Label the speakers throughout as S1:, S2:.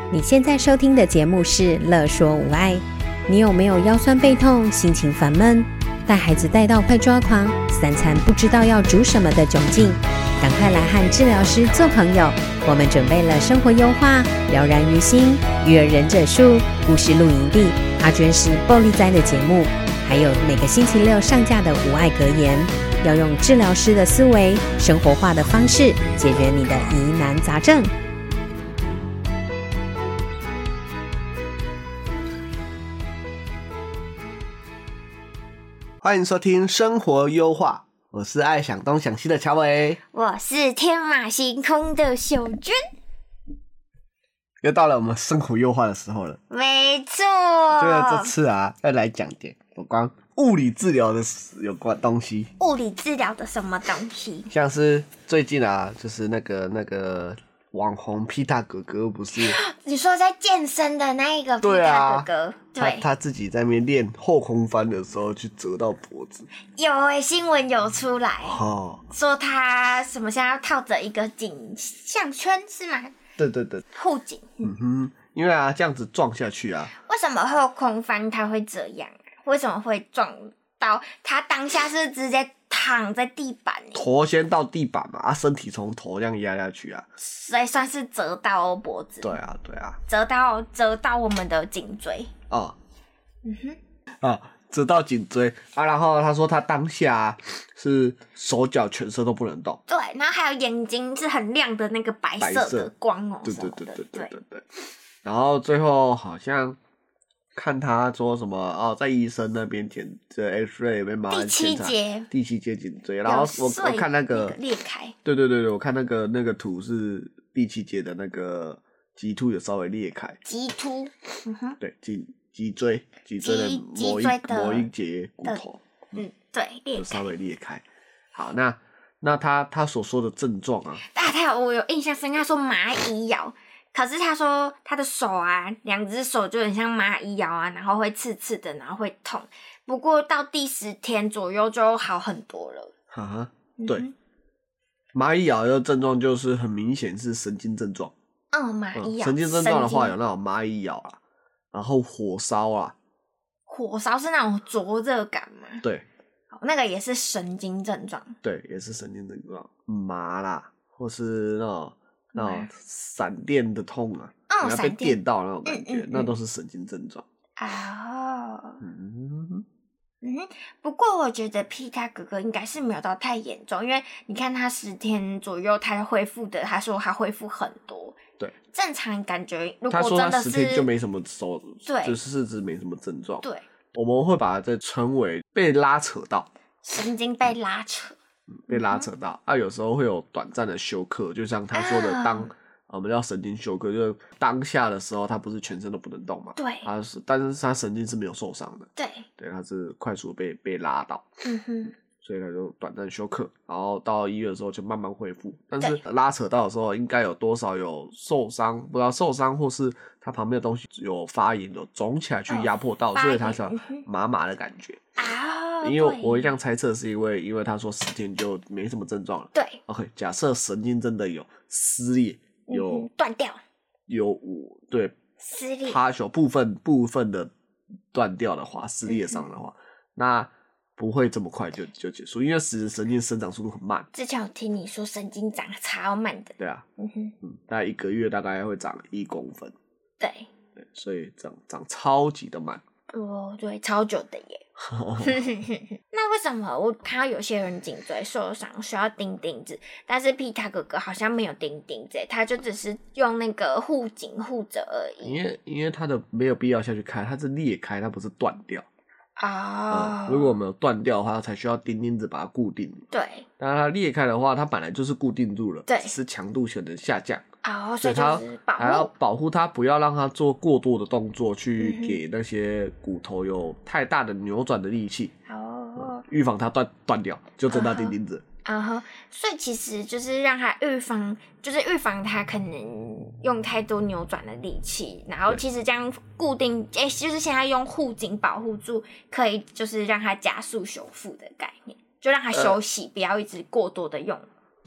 S1: 你现在收听的节目是乐说无爱。你有没有腰酸背痛、心情烦闷、带孩子带到快抓狂、三餐不知道要煮什么的窘境？赶快来和治疗师做朋友，我们准备了生活优化、了然于心、育儿忍者术、故事露营地、阿娟是暴力哉的节目，还有每个星期六上架的无爱格言，要用治疗师的思维、生活化的方式解决你的疑难杂症。
S2: 欢迎收听生活优化，我是爱想东想西的乔伟，
S3: 我是天马行空的小娟。
S2: 又到了我们生活优化的时候了。
S3: 没错，
S2: 这次啊，要来讲点有关物理治疗的有关东西。
S3: 物理治疗的什么东西？
S2: 像是最近啊，就是那个网红皮塔哥哥不是？
S3: 你说在健身的那一个皮塔哥哥，对，
S2: 他自己在那边练后空翻的时候去折到脖子。
S3: 有新闻有出来，
S2: 哦，
S3: 说他什么现在要套着一个颈项圈是吗？
S2: 对，
S3: 护颈。
S2: 因为啊这样子撞下去啊，
S3: 为什么后空翻他会这样啊？为什么会撞到他当下是直接躺在地板里，
S2: 头先到地板嘛，身体从头这样压下去啊，
S3: 所以算是折到脖子。
S2: 对啊，
S3: 折到我们的颈椎。
S2: 哦，折到颈椎啊，然后他说他当下是手脚全身都不能动，
S3: 对，然后还有眼睛是很亮的那个白色的光哦，
S2: 对，然后最后好像看他说什么哦，在医生那边检这 X-ray 被麻烦检查第七节颈椎，然后我看那个
S3: 裂开，
S2: 对，我看那个图是第七节的那个棘突有稍微裂开，
S3: 棘突，
S2: 对，脊椎的某一节骨头，
S3: 对，裂开，
S2: 有稍微裂开。好，那他所说的症状啊，
S3: 我有印象深刻，他说蚂蚁咬。可是他说他的手啊，两只手就很像蚂蚁咬啊，然后会刺刺的，然后会痛。不过到第10天左右就好很多了。
S2: 对，蚂蚁咬的症状就是很明显是神经症状。
S3: 蚂蚁咬。
S2: 神经症状的话有那种蚂蚁咬啊，然后火烧啊。
S3: 火烧是那种灼热感吗？
S2: 对。
S3: 那个也是神经症状。
S2: 对，也是神经症状，麻啦，或是那种闪电的痛啊，你要被电到那种感觉，那都是神经症状。
S3: 不过我觉得皮塔哥哥应该是没有到太严重，因为你看他10天左右他恢复的，他说他恢复很多。
S2: 对，
S3: 正常感觉如果
S2: 他说他
S3: 真的是
S2: 10天就没什么
S3: 对，
S2: 就是四肢没什么症状。
S3: 对，
S2: 我们会把它称为被拉扯到，
S3: 神经被拉扯。
S2: 被拉扯到有时候会有短暂的休克，就像他说的我们叫神经休克，就是当下的时候他不是全身都不能动嘛，
S3: 对，
S2: 但是他神经是没有受伤的，
S3: 对，
S2: 他是快速被拉到，所以他就短暂休克，然后到医院的时候就慢慢恢复，但是拉扯到的时候应该有多少有受伤，不知道受伤或是他旁边的东西有发炎有肿起来去压迫到，所以他才麻麻的感觉。因为我这样猜测是因为他说10天就没什么症状了。
S3: 对
S2: ，OK， 假设神经真的有撕裂，有
S3: 断掉，
S2: 对
S3: 撕裂，
S2: 它有部分的断掉的话，撕裂伤的话，那不会这么快就结束，因为神经生长速度很慢。
S3: 之前有听你说神经长超慢的。
S2: 对啊，大概1个月大概会长1公分。
S3: 对，
S2: 所以长超级的慢。
S3: 对，超久的耶。那为什么我看到有些人颈椎受伤需要钉钉子，但是皮塔哥哥好像没有钉钉子，他就只是用那个护颈护着而已。
S2: 因为他的没有必要下去开，它是裂开，它不是断掉。如果我们有断掉的话，才需要钉钉子把它固定。
S3: 对，
S2: 但是它裂开的话，它本来就是固定住了，
S3: 对，
S2: 只是强度可能下降。
S3: 所以它
S2: 还要保护它，不要让它做过多的动作，去给那些骨头有太大的扭转的力气。预防它断掉，就真的钉钉子。
S3: 所以其实就是让它预防它可能用太多扭转的力气，然后其实这样固定，就是现在用护颈保护住，可以就是让它加速修复的概念，就让它休息，不要一直过多的用。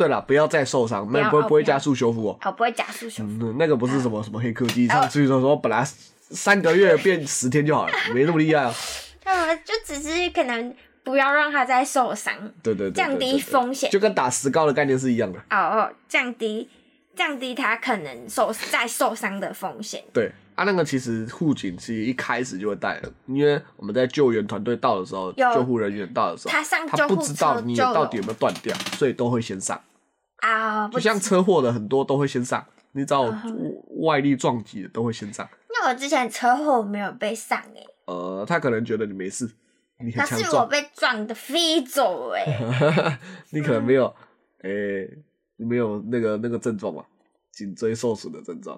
S2: 对了，不要再受伤，不会加速修复哦。
S3: 好，不会加速修复。
S2: 那个不是什么黑科技，上去说本来3个月变10天就好了，没那么厉害啊。
S3: 就只是可能不要让他再受伤，
S2: 对，
S3: 降低风险，
S2: 就跟打石膏的概念是一样的。
S3: 降低他可能再受伤的风险。
S2: 对啊，那个其实护颈其实一开始就会戴了，因为我们在救援团队到的时候，救护人员到的时候，他不知道你到底有没有断掉，所以都会先上。就像车祸的很多都会先上，你只要外力撞击的都会先上。
S3: 那我之前车祸没有被上
S2: 他可能觉得你没事，你很强壮。
S3: 可是我被撞的飞走
S2: 你可能没有你没有那个症状吧？颈椎受损的症状。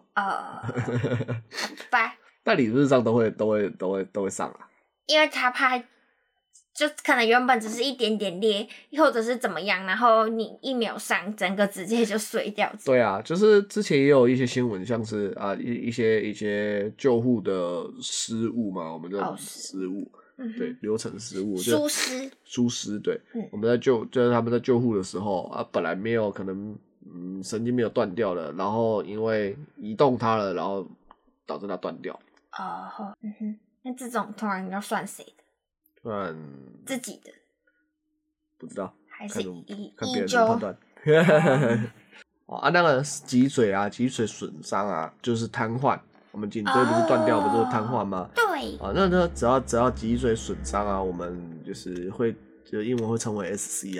S3: 吧。
S2: 但理论上都会上啊。
S3: 因为他怕，就可能原本只是一点点裂，或者是怎么样，然后你一没有上，整个直接就碎掉。
S2: 对啊，就是之前也有一些新闻，像是一些救护的失误嘛，我们叫失误。对，流程失误，疏失，对，我们就是他们在救护的时候本来没有可能，神经没有断掉了，然后因为移动它了，然后导致它断掉。
S3: 那这种通常要算谁的？
S2: 算
S3: 自己的，
S2: 不知道，
S3: 还是
S2: 看别人的判断。那个脊髓损伤啊，就是瘫痪。我们颈椎不是断掉，不就是瘫痪吗？
S3: 对。
S2: 那只要脊髓损伤啊，我们就是就英文会称为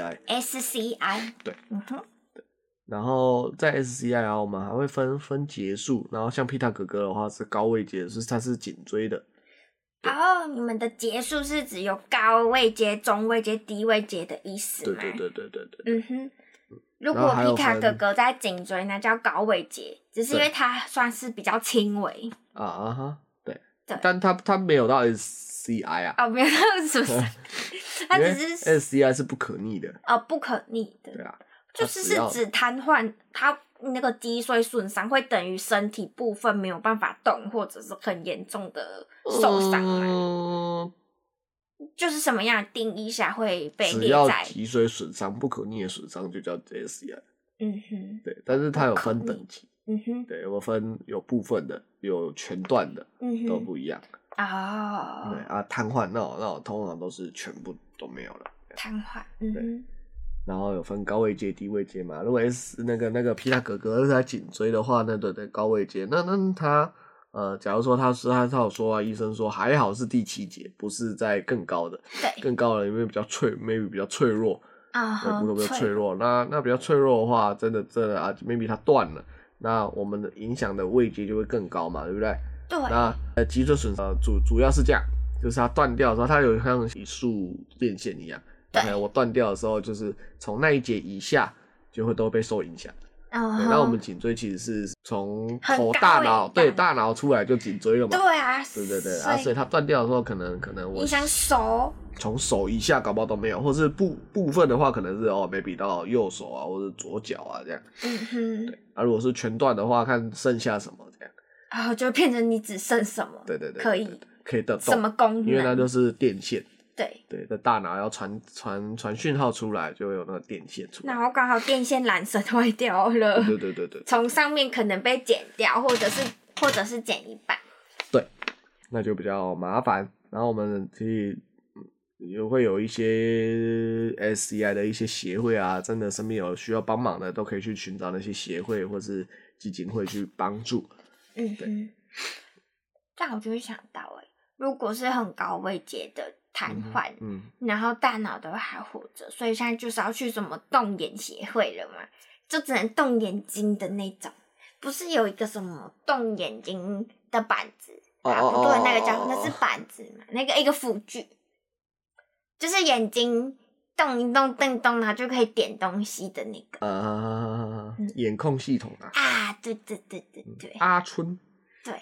S2: SCI。对。对。然后在 SCI 啊，我们还会分节数，然后像皮塔哥哥的话是高位节，它是颈椎的。
S3: 你们的节数是指有高位节、中位节、低位节的意思吗？
S2: 对。
S3: 如果皮卡哥哥在颈椎，那叫高位节，只是因为它算是比较轻微。
S2: 对。但它没有到 SCI 啊。
S3: 没有到是不是？它只是
S2: SCI 是不可逆的。
S3: 不可逆的。
S2: 对啊。
S3: 就是指瘫痪，它那个脊髓损伤会等于身体部分没有办法动，或者是很严重的受伤就是什么样的定义下会被列在？
S2: 只要脊髓损伤不可逆的损伤就叫 SCI。对，但是它有分等级。对，有部分的，有全段的，都不一样。对瘫痪那我通常都是全部都没有了。
S3: 瘫痪。
S2: 对。然后有分高位阶、低位阶嘛。如果那个皮塔哥哥是在颈椎的话，那对高位阶。那他假如说他有说医生说还好是第7节，不是在更高的。
S3: 对。
S2: 更高的因为maybe 比较脆弱骨头比较脆弱。那比较脆弱的话，真的maybe 它断了，那我们的影响的位阶就会更高嘛，对不对？
S3: 对。
S2: 那脊椎损伤主要是这样，就是它断掉的时候，它有像一束电线一样。对，我断掉的时候，就是从那一节以下就会都被受影响。那我们颈椎其实是从大脑出来就颈椎了嘛。
S3: 对啊。
S2: 对所以它断掉的时候，可能我
S3: 影响手，
S2: 从手以下搞不好都没有，或是部分的话，可能是maybe到右手啊，或者左脚啊这样。对。如果是全断的话，看剩下什么这样。
S3: 就变成你只剩什么？
S2: 对，
S3: 可以
S2: 的
S3: 什么功能？
S2: 因为那就是电线。
S3: 对，
S2: 的大脑要传讯号出来，就会有那个电线出来。
S3: 然后刚好电线缆绳坏掉了。
S2: 对。
S3: 从上面可能被剪掉，或者是剪一半。
S2: 对，那就比较麻烦。然后我们其实也会有一些 SCI 的一些协会啊，真的身边有需要帮忙的，都可以去寻找那些协会或是基金会去帮助。对。
S3: 这样我就会想到如果是很高位阶的瘫痪，然后大脑都还活着，所以现在就是要去什么动眼协会了嘛，就只能动眼睛的那种，不是有一个什么动眼睛的板子不对，那个叫那是板子嘛，那个一个辅具，就是眼睛动一动瞪动，然后就可以点东西的那个
S2: 眼控系统
S3: 对，
S2: 阿春，
S3: 对。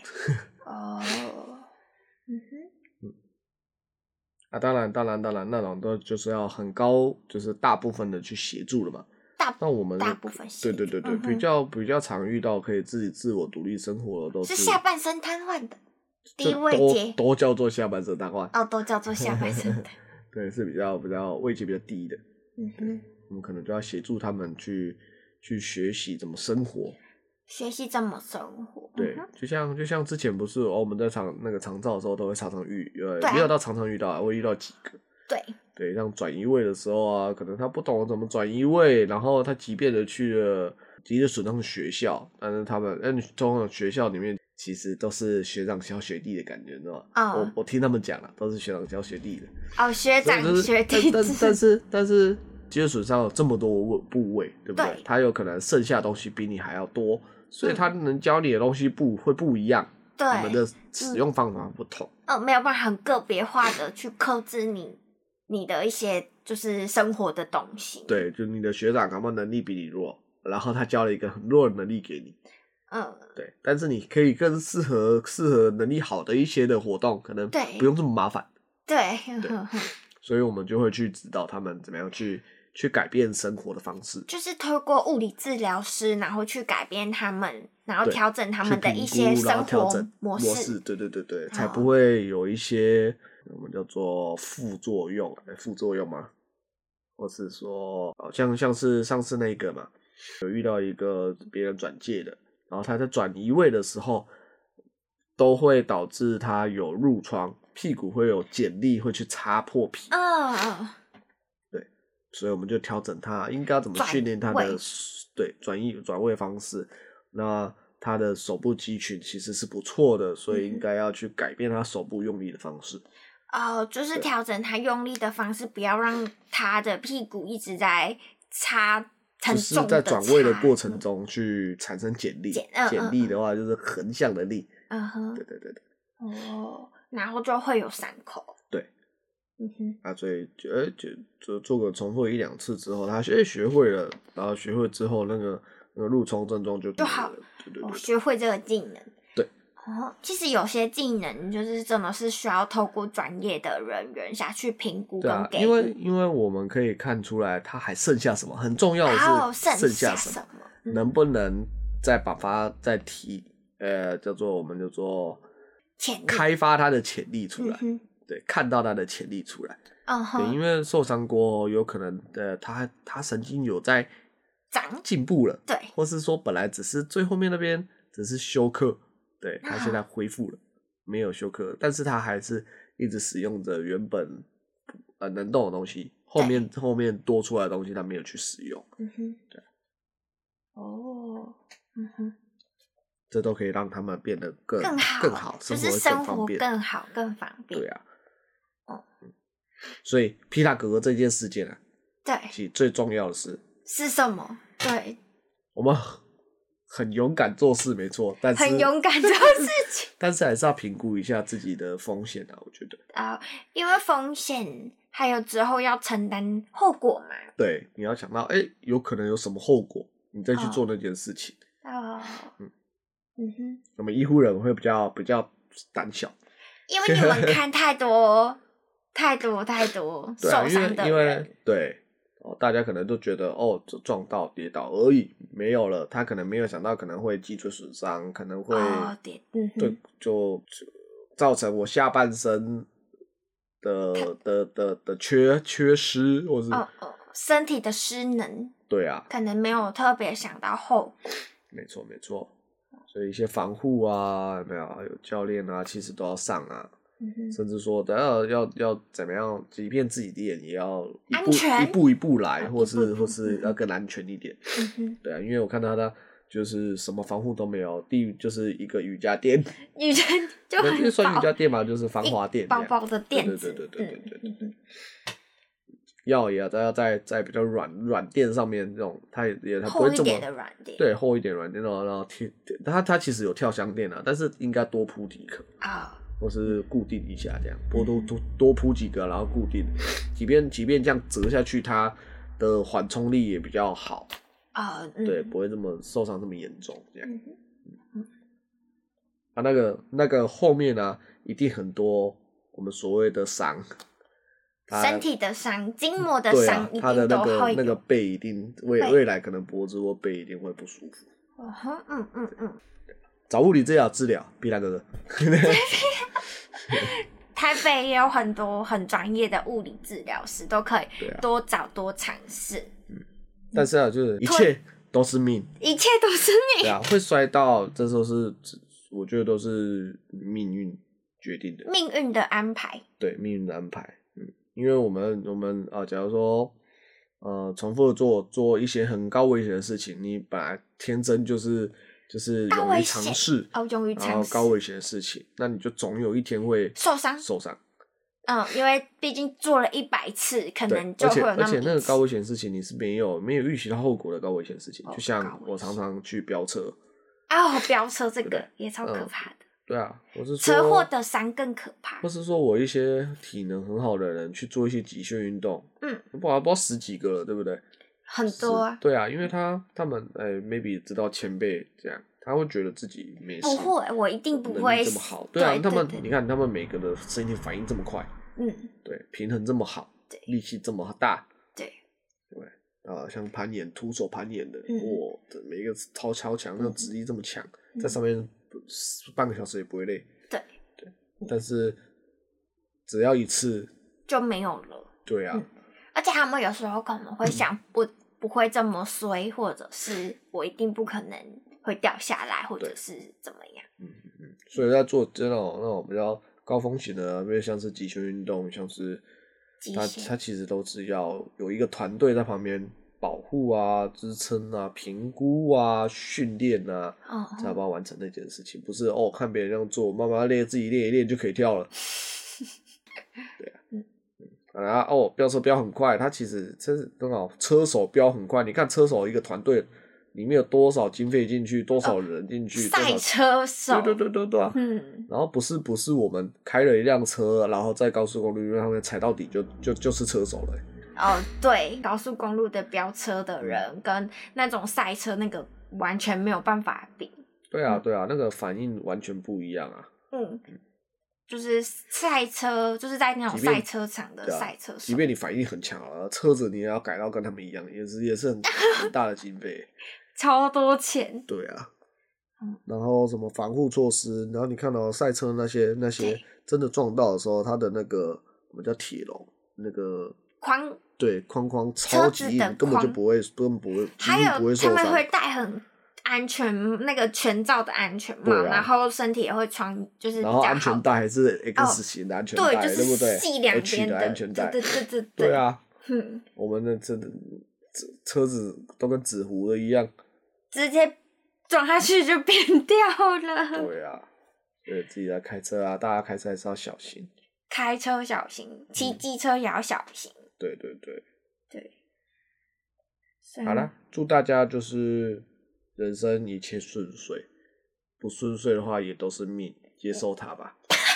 S2: 当然，那种都就是要很高，就是大部分的去协助了嘛。那我们
S3: 大部分协助。
S2: 对，比较常遇到可以自我独立生活的都
S3: 是下半身瘫痪的低位阶，
S2: 都叫做下半身瘫痪。
S3: 都叫做下半身的。
S2: 对，是比较位阶比较低的。我们可能就要协助他们去去学习怎么生活。
S3: 学习怎么生活？
S2: 对，就像之前不是我们在那个长照的时候，都会常常没有到常常遇到，我会遇到几个。对，像转移位的时候啊，可能他不懂怎么转移位，然后他即便的去了急着损伤学校，但是他们通常学校里面其实都是学长教学弟的感觉，你知道吗？我听他们讲了，都是学长教学弟的。学长学弟。但是急着损伤有这么多部位，对不对？他有可能剩下的东西比你还要多。所以他能教你的东西会不一样，
S3: 对，
S2: 你们的使用方法不同，
S3: 没有办法很个别化的去克制你的一些就是生活的东西。
S2: 对，就你的学长可能能力比你弱，然后他教了一个很弱的能力给你，对，但是你可以更适合能力好的一些的活动，可能不用这么麻烦，
S3: 对，
S2: 所以我们就会去指导他们怎么样去改变生活的方式，
S3: 就是透过物理治疗师，然后去改变他们，然后调整他们的一些生活模式。
S2: 对，才不会有一些我们叫做副作用吗？或是说，像是上次那个嘛，有遇到一个别人转介的，然后他在转移位的时候，都会导致他有褥疮，屁股会有剪力，会去擦破皮。所以我们就调整他应该怎么训练他的转位方式。那他的手部肌群其实是不错的，所以应该要去改变他手部用力的方式。
S3: 就是调整他用力的方式，不要让他的屁股一直在擦很重的擦，就是
S2: 在转位的过程中去产生剪力。剪力的话就是横向的力。对。
S3: 然后就会有伤口。
S2: 对。所以就做个重复1-2次之后，他学会了，然后学会之后那个褥疮症状就
S3: 好了。
S2: 对，
S3: 学会这个技能。
S2: 对。
S3: 其实有些技能就是真的是需要透过专业的人员下去评估跟给予。
S2: 因为我们可以看出来他还剩下什么，很重要的是剩下什么，能不能再把它再提我们叫做开发他的潜力出来。对，看到他的潜力出来。对，因为受伤过有可能他神经有在进步了，
S3: 对，
S2: 或是说本来只是最后面那边只是休克，对，他现在恢复了，没有休克，但是他还是一直使用着原本能动的东西，后面多出来的东西他没有去使用。对。这都可以让他们变得更好，
S3: 就是生活更好更方便。
S2: 对啊。所以皮塔哥哥这件事件啊，
S3: 对，
S2: 其实最重要的是
S3: 什么？对，
S2: 我们很勇敢做事，没错，但是
S3: 很勇敢做事情，
S2: 但是还是要评估一下自己的风险啊，我觉得
S3: 因为风险还有之后要承担后果嘛。
S2: 对，你要想到有可能有什么后果，你再去做那件事情。我们医护人会比较胆小，
S3: 因为你们看太多受伤的人。
S2: 因为对大家可能都觉得撞到跌倒而已，没有了，他可能没有想到可能会脊椎损伤，可能会对就造成我下半身的缺失，或是
S3: 身体的失能。
S2: 对啊，
S3: 可能没有特别想到后果。
S2: 没错，所以一些防护啊，有没有教练啊，其实都要上啊。甚至说要怎么样，即便自己练也要一步来，或是要更安全一点。对啊，因为我看到他就是什么防护都没有，就是一个瑜伽垫，
S3: 就很
S2: 算瑜伽垫嘛，就是防滑垫，
S3: 薄薄的垫子。
S2: 对。要在比较软垫上面，这种它不会这么厚一点的软垫，对，厚一点软垫，然后它其实有跳箱垫啊，但是应该多铺几颗或是固定一下这样，多铺几个，然后固定，即便这样折下去，它的缓冲力也比较好对，不会这么受伤这么严重这样。那个后面呢，一定很多我们所谓的伤。
S3: 身体的伤、筋膜的伤，一定
S2: 他的
S3: 都会有。
S2: 那个背一定未来可能脖子或背一定会不舒服。找物理治疗，毕大哥哥。
S3: 台北也有很多很专业的物理治疗师，都可以多找多尝试。
S2: 但是就是一切都是命，
S3: 一切都是命。
S2: 对啊，会摔到，这时候是我觉得都是命运决定的，
S3: 命运的安排。对，
S2: 命运的安排。因为我们假如说重复的做一些很高危险的事情，你本来天生就是勇于尝试，然后高危险的事情，那你就总有一天会受伤。
S3: 因为毕竟做了100次，可能就会有那么
S2: 而且那个高危险的事情，你是没有预期到后果的高危险的事情，就像我常常去飙车。
S3: 飙车这个也超可怕的。
S2: 对啊，我是说
S3: 车祸的伤更可怕。
S2: 或是说我一些体能很好的人去做一些极限运动，不知道10几个了，对不对？
S3: 很多啊。
S2: 对啊，因为他们maybe 知道前辈这样，他会觉得自己没事。
S3: 不会，我一定不会
S2: 这么好。对啊，你看他们每个的身体反应这么快，对，平衡这么好，力气这么大，对。像攀岩，徒手攀岩的，每一个超强，那个指力这么强，在上面半个小时也不会累。对，但是只要一次
S3: 就没有了。
S2: 对啊，
S3: 而且他们有时候可能会想不会这么衰，或者是我一定不可能会掉下来，或者是怎么样。
S2: 所以在做那种比较高风险的，因为像是极限运动，像是它其实都是要有一个团队在旁边保护啊、支撑啊、评估啊、训练啊，才要把它完成那件事情。不是看别人这样做，慢慢自己练一练就可以跳了。对啊，飙车飙很快，他其实真是很好，车手飙很快。你看车手一个团队里面有多少经费进去，多少人进去，
S3: 赛车手，
S2: 对啊，然后不是我们开了一辆车，然后在高速公路因为他们踩到底就是车手了。
S3: 对，高速公路的飙车的人跟那种赛车那个完全没有办法比。
S2: 对啊，那个反应完全不一样啊。
S3: 就是赛车，就是在那种赛车场的赛车手，
S2: 即便你反应很强啊，车子你也要改到跟他们一样，也是很大的经费，
S3: 超多钱。
S2: 对啊，然后什么防护措施，然后你看到赛车那些真的撞到的时候，它的那个我们叫铁笼，那个框超级硬，根本不会受伤。
S3: 还有他们会戴很安全那个全罩的安全帽，然后身体也会穿，就是比较好，
S2: 然后安全带还是 X 型的安全带，对不对？
S3: 系两边的
S2: 安全带，
S3: 对
S2: 啊。我们的真的车子都跟纸糊的一样，
S3: 直接撞下去就变掉了。
S2: 对啊，所以自己在开车啊，大家开车还是要小心，
S3: 开车小心，骑机车也要小心。
S2: 对。好啦，祝大家就是人生一切顺遂，不顺遂的话也都是命，接受它吧。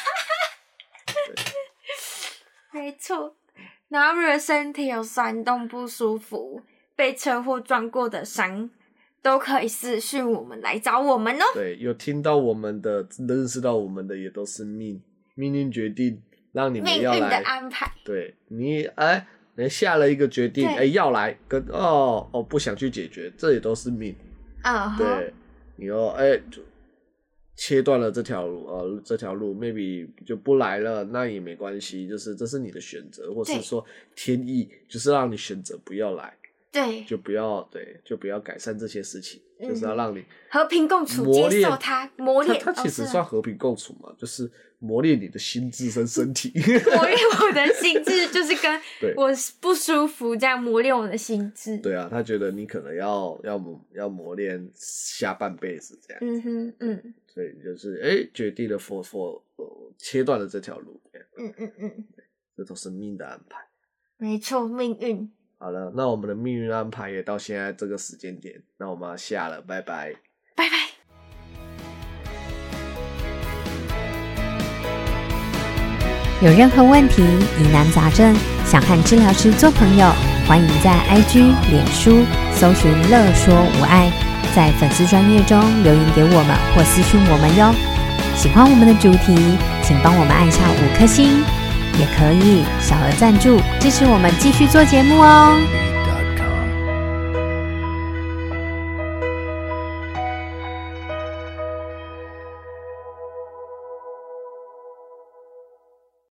S3: 没错。然后如果身体有酸痛不舒服，被车祸撞过的伤，都可以私讯我们来找我们哦。
S2: 对，有听到我们的、认识到我们的，也都是命运决定，让你们要来。
S3: 命运的安排。
S2: 对你下了一个决定，要来跟不想去解决，这也都是命。对，你就切断了这条路，这条路 maybe 就不来了，那也没关系，就是这是你的选择，或是说天意就是让你选择不要来，
S3: 对，
S2: 就不要改善这些事情，就是要让你
S3: 和平共处，接受它，磨练
S2: 它其实算和平共处嘛，就是磨练你的心智跟身体，
S3: 磨练我的心智，就是跟我不舒服这样磨练我的心智。
S2: 对啊，他觉得你可能要磨练下半辈子这样。所以就是决定了切断了这条路。这都是命的安排。
S3: 没错，命运。
S2: 好了，那我们的命运安排也到现在这个时间点，那我们要下了，拜拜，
S3: 拜拜。
S1: 有任何问题、疑难杂症，想和治疗师做朋友，欢迎在 IG、脸书搜寻乐说无爱，在粉丝专页中留言给我们或私讯我们哟。喜欢我们的主题，请帮我们按下5颗星，也可以小额赞助支持我们继续做节目哦。